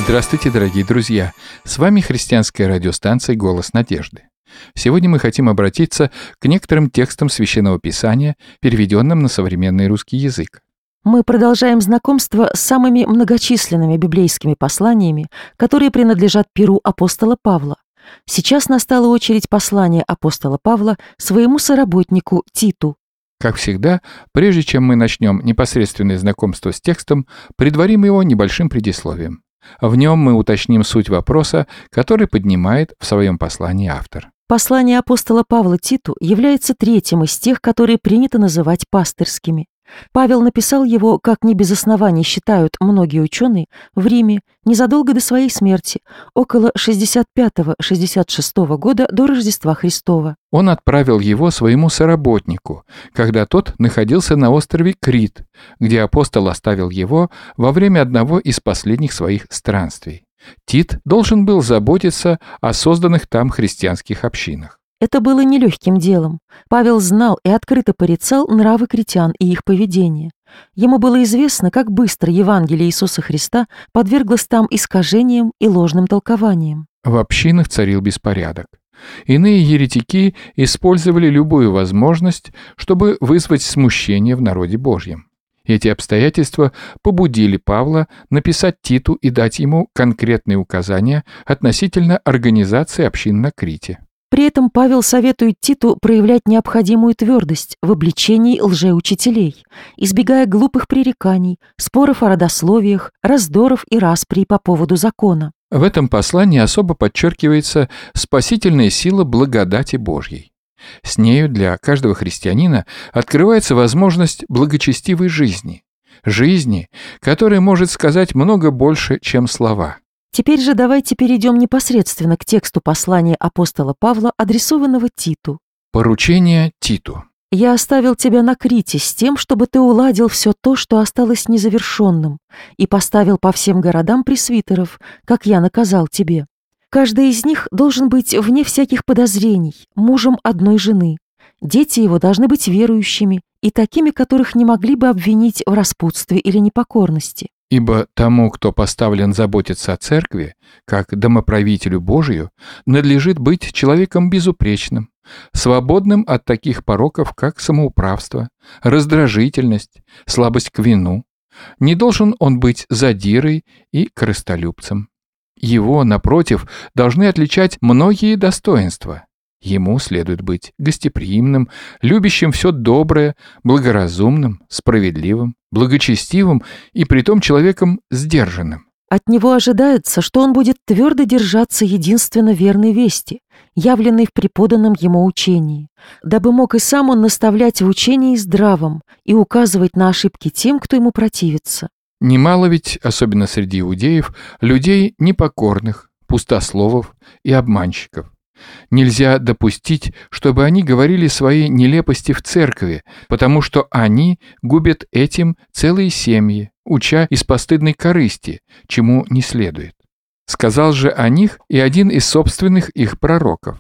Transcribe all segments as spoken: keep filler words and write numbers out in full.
Здравствуйте, дорогие друзья! С вами христианская радиостанция «Голос надежды». Сегодня мы хотим обратиться к некоторым текстам Священного Писания, переведенным на современный русский язык. Мы продолжаем знакомство с самыми многочисленными библейскими посланиями, которые принадлежат перу апостола Павла. Сейчас настала очередь послания апостола Павла своему соработнику Титу. Как всегда, прежде чем мы начнем непосредственное знакомство с текстом, предварим его небольшим предисловием. В нем мы уточним суть вопроса, который поднимает в своем послании автор. Послание апостола Павла Титу является третьим из тех, которые принято называть пастырскими. Павел написал его, как не без оснований считают многие ученые, в Риме незадолго до своей смерти, около шестьдесят пятого — шестьдесят шестого года до Рождества Христова. Он отправил его своему соработнику, когда тот находился на острове Крит, где апостол оставил его во время одного из последних своих странствий. Тит должен был заботиться о созданных там христианских общинах. Это было нелегким делом. Павел знал и открыто порицал нравы критян и их поведение. Ему было известно, как быстро Евангелие Иисуса Христа подверглось там искажениям и ложным толкованиям. В общинах царил беспорядок. Иные еретики использовали любую возможность, чтобы вызвать смущение в народе Божьем. Эти обстоятельства побудили Павла написать Титу и дать ему конкретные указания относительно организации общин на Крите. При этом Павел советует Титу проявлять необходимую твердость в обличении лжеучителей, избегая глупых пререканий, споров о родословиях, раздоров и расприй по поводу закона. В этом послании особо подчеркивается спасительная сила благодати Божьей. С нею для каждого христианина открывается возможность благочестивой жизни, жизни, которая может сказать много больше, чем слова. Теперь же давайте перейдем непосредственно к тексту послания апостола Павла, адресованного Титу. Поручение Титу. «Я оставил тебя на Крите с тем, чтобы ты уладил все то, что осталось незавершенным, и поставил по всем городам пресвитеров, как я наказал тебе. Каждый из них должен быть вне всяких подозрений, мужем одной жены. Дети его должны быть верующими и такими, которых не могли бы обвинить в распутстве или непокорности. Ибо тому, кто поставлен заботиться о церкви, как домоправителю Божию, надлежит быть человеком безупречным, свободным от таких пороков, как самоуправство, раздражительность, слабость к вину. Не должен он быть задирой и корыстолюбцем. Его, напротив, должны отличать многие достоинства. Ему следует быть гостеприимным, любящим все доброе, благоразумным, справедливым, благочестивым и притом человеком сдержанным. От него ожидается, что он будет твердо держаться единственно верной вести, явленной в преподанном ему учении, дабы мог и сам он наставлять в учении здравом и указывать на ошибки тем, кто ему противится. Немало ведь, особенно среди иудеев, людей непокорных, пустословов и обманщиков. Нельзя допустить, чтобы они говорили свои нелепости в церкви, потому что они губят этим целые семьи, уча из постыдной корысти, чему не следует. Сказал же о них и один из собственных их пророков.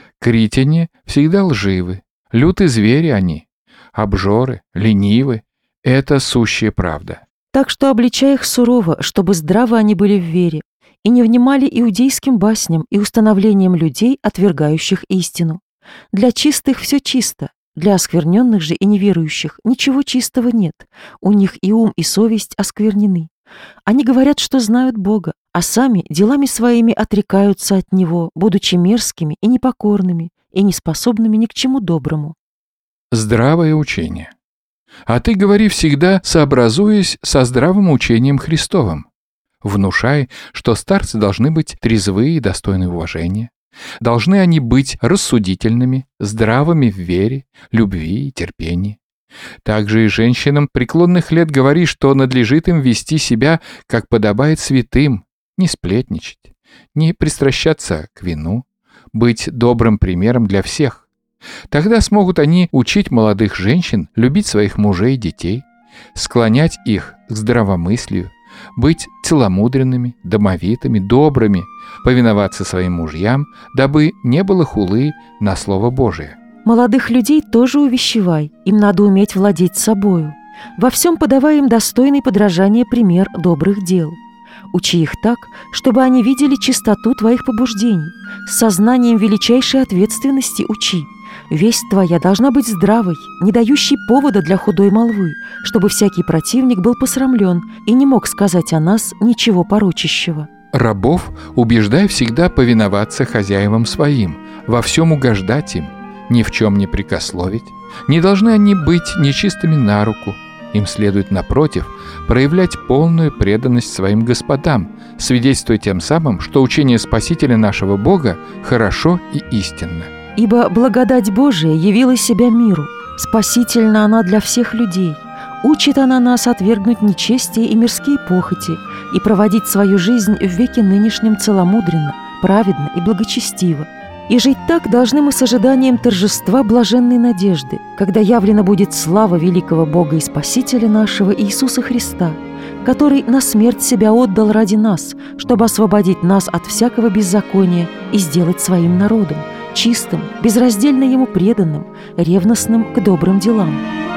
Критяне всегда лживы, люты звери они, обжоры, ленивы. Это сущая правда. Так что обличай их сурово, чтобы здраво они были в вере, и не внимали иудейским басням и установлениям людей, отвергающих истину. Для чистых все чисто, для оскверненных же и неверующих ничего чистого нет, у них и ум, и совесть осквернены. Они говорят, что знают Бога, а сами делами своими отрекаются от Него, будучи мерзкими и непокорными, и неспособными ни к чему доброму». Здравое учение. А ты говори всегда, сообразуясь со здравым учением Христовым. Внушай, что старцы должны быть трезвы и достойны уважения. Должны они быть рассудительными, здравыми в вере, любви и терпении. Также и женщинам преклонных лет говори, что надлежит им вести себя, как подобает святым, не сплетничать, не пристращаться к вину, быть добрым примером для всех. Тогда смогут они учить молодых женщин любить своих мужей и детей, склонять их к здравомыслию, быть целомудренными, домовитыми, добрыми, повиноваться своим мужьям, дабы не было хулы на Слово Божие. Молодых людей тоже увещевай, им надо уметь владеть собою. Во всем подавай им достойный подражания пример добрых дел. Учи их так, чтобы они видели чистоту твоих побуждений. С сознанием величайшей ответственности учи. Весть твоя должна быть здравой, не дающей повода для худой молвы, чтобы всякий противник был посрамлен и не мог сказать о нас ничего порочащего. Рабов убеждай всегда повиноваться хозяевам своим, во всем угождать им, ни в чем не прекословить. Не должны они быть нечистыми на руку. Им следует, напротив, проявлять полную преданность своим господам, свидетельствуя тем самым, что учение Спасителя нашего Бога хорошо и истинно. Ибо благодать Божия явила себя миру, спасительна она для всех людей. Учит она нас отвергнуть нечестие и мирские похоти и проводить свою жизнь в веке нынешнем целомудренно, праведно и благочестиво. И жить так должны мы с ожиданием торжества блаженной надежды, когда явлена будет слава великого Бога и Спасителя нашего Иисуса Христа, который на смерть себя отдал ради нас, чтобы освободить нас от всякого беззакония и сделать своим народом, чистым, безраздельно Ему преданным, ревностным к добрым делам.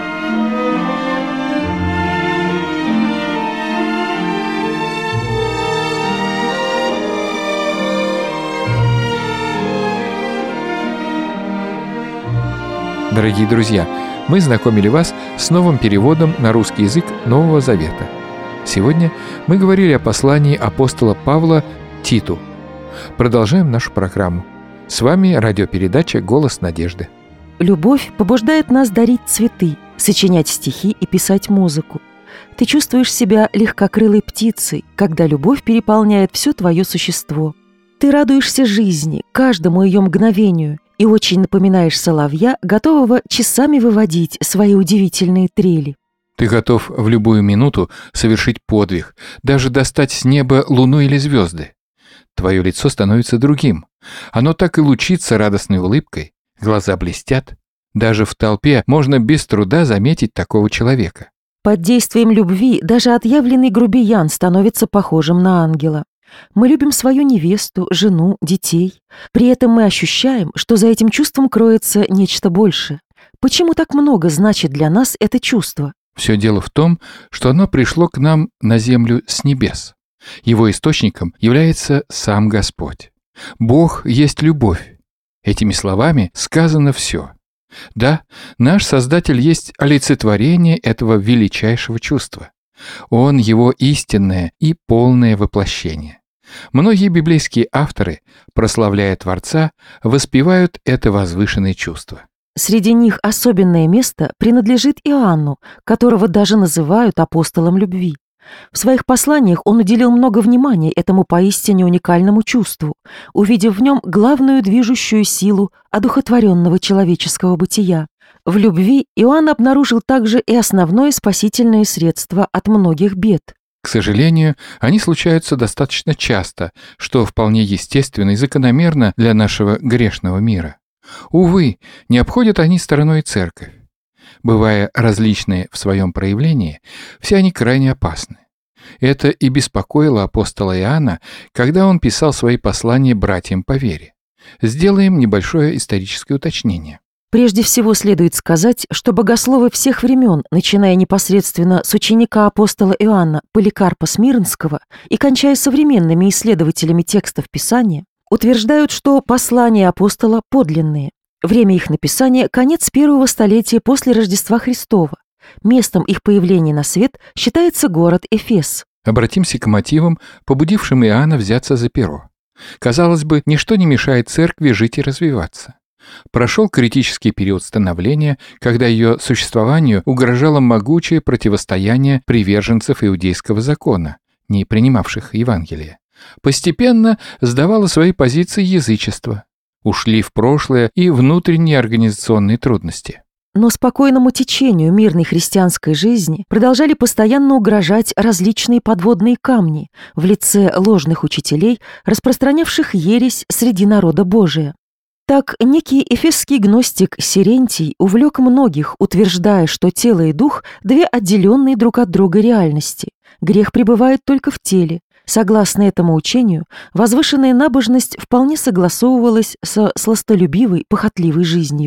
Дорогие друзья, мы знакомили вас с новым переводом на русский язык Нового Завета. Сегодня мы говорили о послании апостола Павла Титу. Продолжаем нашу программу. С вами радиопередача «Голос надежды». Любовь побуждает нас дарить цветы, сочинять стихи и писать музыку. Ты чувствуешь себя легкокрылой птицей, когда любовь переполняет все твое существо. Ты радуешься жизни, каждому ее мгновению, и очень напоминаешь соловья, готового часами выводить свои удивительные трели. Ты готов в любую минуту совершить подвиг, даже достать с неба луну или звезды. Твое лицо становится другим. Оно так и лучится радостной улыбкой, глаза блестят. Даже в толпе можно без труда заметить такого человека. Под действием любви даже отъявленный грубиян становится похожим на ангела. Мы любим свою невесту, жену, детей. При этом мы ощущаем, что за этим чувством кроется нечто большее. Почему так много значит для нас это чувство? Все дело в том, что оно пришло к нам на землю с небес. Его источником является сам Господь. Бог есть любовь. Этими словами сказано все. Да, наш Создатель есть олицетворение этого величайшего чувства. Он его истинное и полное воплощение. Многие библейские авторы, прославляя Творца, воспевают это возвышенное чувство. Среди них особенное место принадлежит Иоанну, которого даже называют апостолом любви. В своих посланиях он уделил много внимания этому поистине уникальному чувству, увидев в нем главную движущую силу одухотворенного человеческого бытия. В любви Иоанн обнаружил также и основное спасительное средство от многих бед. К сожалению, они случаются достаточно часто, что вполне естественно и закономерно для нашего грешного мира. Увы, не обходят они стороной церковь. Бывая различные в своем проявлении, все они крайне опасны. Это и беспокоило апостола Иоанна, когда он писал свои послания братьям по вере. Сделаем небольшое историческое уточнение. Прежде всего следует сказать, что богословы всех времен, начиная непосредственно с ученика апостола Иоанна Поликарпа Смирнского и кончая современными исследователями текстов Писания, утверждают, что послания апостола подлинные. Время их написания – конец первого столетия после Рождества Христова. Местом их появления на свет считается город Эфес. Обратимся к мотивам, побудившим Иоанна взяться за перо. Казалось бы, ничто не мешает церкви жить и развиваться. Прошел критический период становления, когда ее существованию угрожало могучее противостояние приверженцев иудейского закона, не принимавших Евангелие. Постепенно сдавало свои позиции язычество. Ушли в прошлое и внутренние организационные трудности. Но спокойному течению мирной христианской жизни продолжали постоянно угрожать различные подводные камни в лице ложных учителей, распространявших ересь среди народа Божия. Так некий эфесский гностик Сирентий увлек многих, утверждая, что тело и дух – две отделенные друг от друга реальности. Грех пребывает только в теле. Согласно этому учению, возвышенная набожность вполне согласовывалась со сластолюбивой, похотливой жизнью.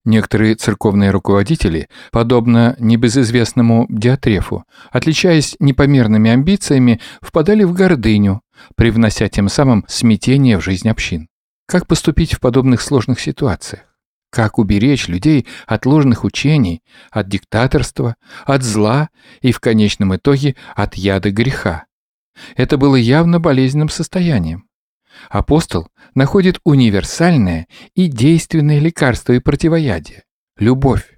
Некоторые церковные руководители, подобно небезызвестному Диотрефу, отличаясь непомерными амбициями, впадали в гордыню, привнося тем самым смятение в жизнь общин. Как поступить в подобных сложных ситуациях? Как уберечь людей от ложных учений, от диктаторства, от зла и, в конечном итоге, от яда греха? Это было явно болезненным состоянием. Апостол находит универсальное и действенное лекарство и противоядие – любовь.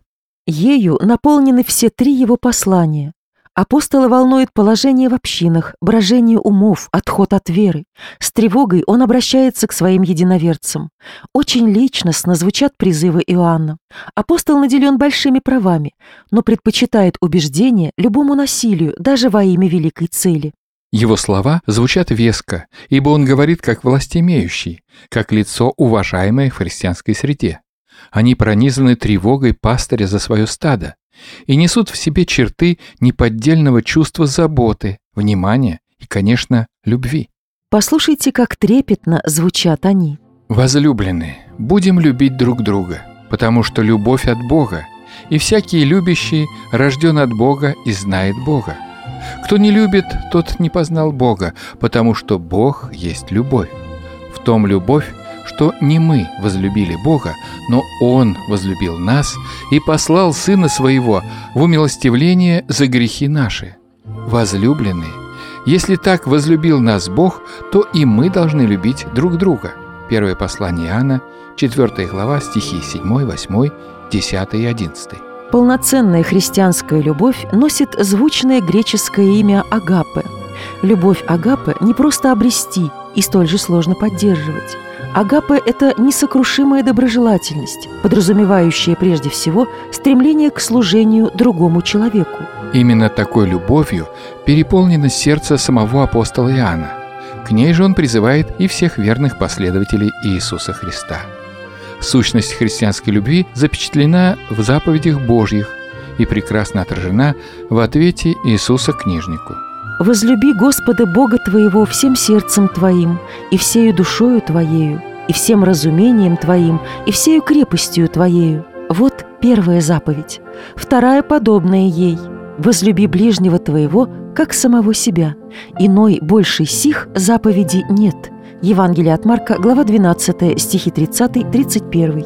Ею наполнены все три его послания. Апостола волнует положение в общинах, брожение умов, отход от веры. С тревогой он обращается к своим единоверцам. Очень личностно звучат призывы Иоанна. Апостол наделен большими правами, но предпочитает убеждение любому насилию, даже во имя великой цели. Его слова звучат веско, ибо он говорит как властимеющий, как лицо, уважаемое в христианской среде. Они пронизаны тревогой пастыря за свое стадо и несут в себе черты неподдельного чувства заботы, внимания и, конечно, любви. Послушайте, как трепетно звучат они. «Возлюбленные, будем любить друг друга, потому что любовь от Бога, и всякий любящий рожден от Бога и знает Бога. Кто не любит, тот не познал Бога, потому что Бог есть любовь. В том любовь, что не мы возлюбили Бога, но Он возлюбил нас и послал Сына Своего в умилостивление за грехи наши. Возлюбленные, если так возлюбил нас Бог, то и мы должны любить друг друга». Первое послание Иоанна, четвёртая глава, стихи седьмой, восьмой, десятый и одиннадцатый. Полноценная христианская любовь носит звучное греческое имя агапе. Любовь агапе не просто обрести и столь же сложно поддерживать. Агапе – это несокрушимая доброжелательность, подразумевающая прежде всего стремление к служению другому человеку. Именно такой любовью переполнено сердце самого апостола Иоанна. К ней же он призывает и всех верных последователей Иисуса Христа. Сущность христианской любви запечатлена в заповедях Божьих и прекрасно отражена в ответе Иисуса книжнику. «Возлюби Господа Бога твоего всем сердцем твоим, и всею душою твоею, и всем разумением твоим, и всею крепостью твоею». Вот первая заповедь. Вторая подобная ей. «Возлюби ближнего твоего, как самого себя». Иной, большей сих заповеди нет. Евангелие от Марка, глава двенадцатая, стихи тридцатый тридцать первый.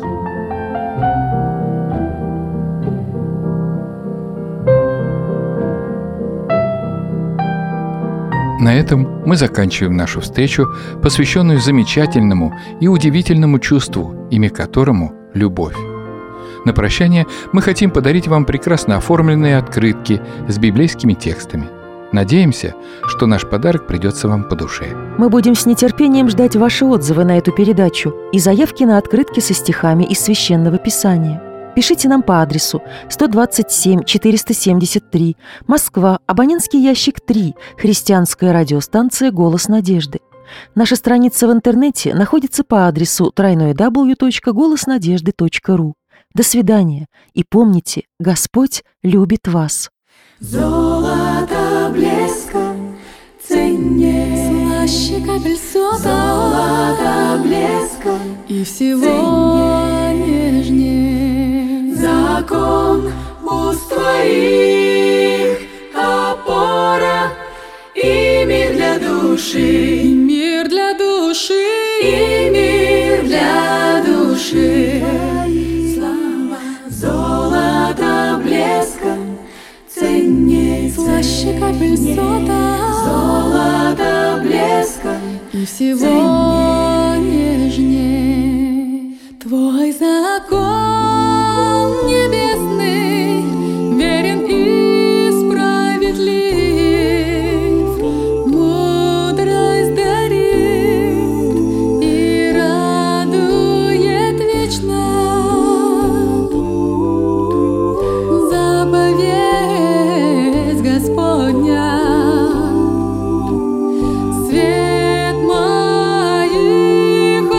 На этом мы заканчиваем нашу встречу, посвященную замечательному и удивительному чувству, имя которому – любовь. На прощание мы хотим подарить вам прекрасно оформленные открытки с библейскими текстами. Надеемся, что наш подарок придется вам по душе. Мы будем с нетерпением ждать ваши отзывы на эту передачу и заявки на открытки со стихами из Священного Писания. Пишите нам по адресу сто двадцать семь четыреста семьдесят три, Москва, абонентский ящик три, христианская радиостанция «Голос надежды». Наша страница в интернете находится по адресу дабл ю дабл ю дабл ю точка голос надежды точка ру. До свидания. И помните, Господь любит вас. Золото блеска ценней, слаще капель сода, золото блеска и всего нежней. Закон уст твоих опора и мир для души, и мир для души, и мир для души. Слава золото блеска ценней, слаще капель сода, золото блеска и всего нежней. Твой закон небесный верен и справедлив, мудрость дарит и радует вечно. Заповедь Господня, свет моих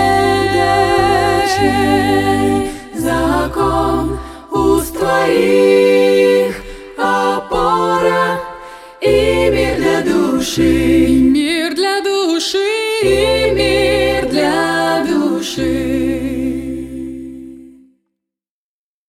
очей, закон уст твоих.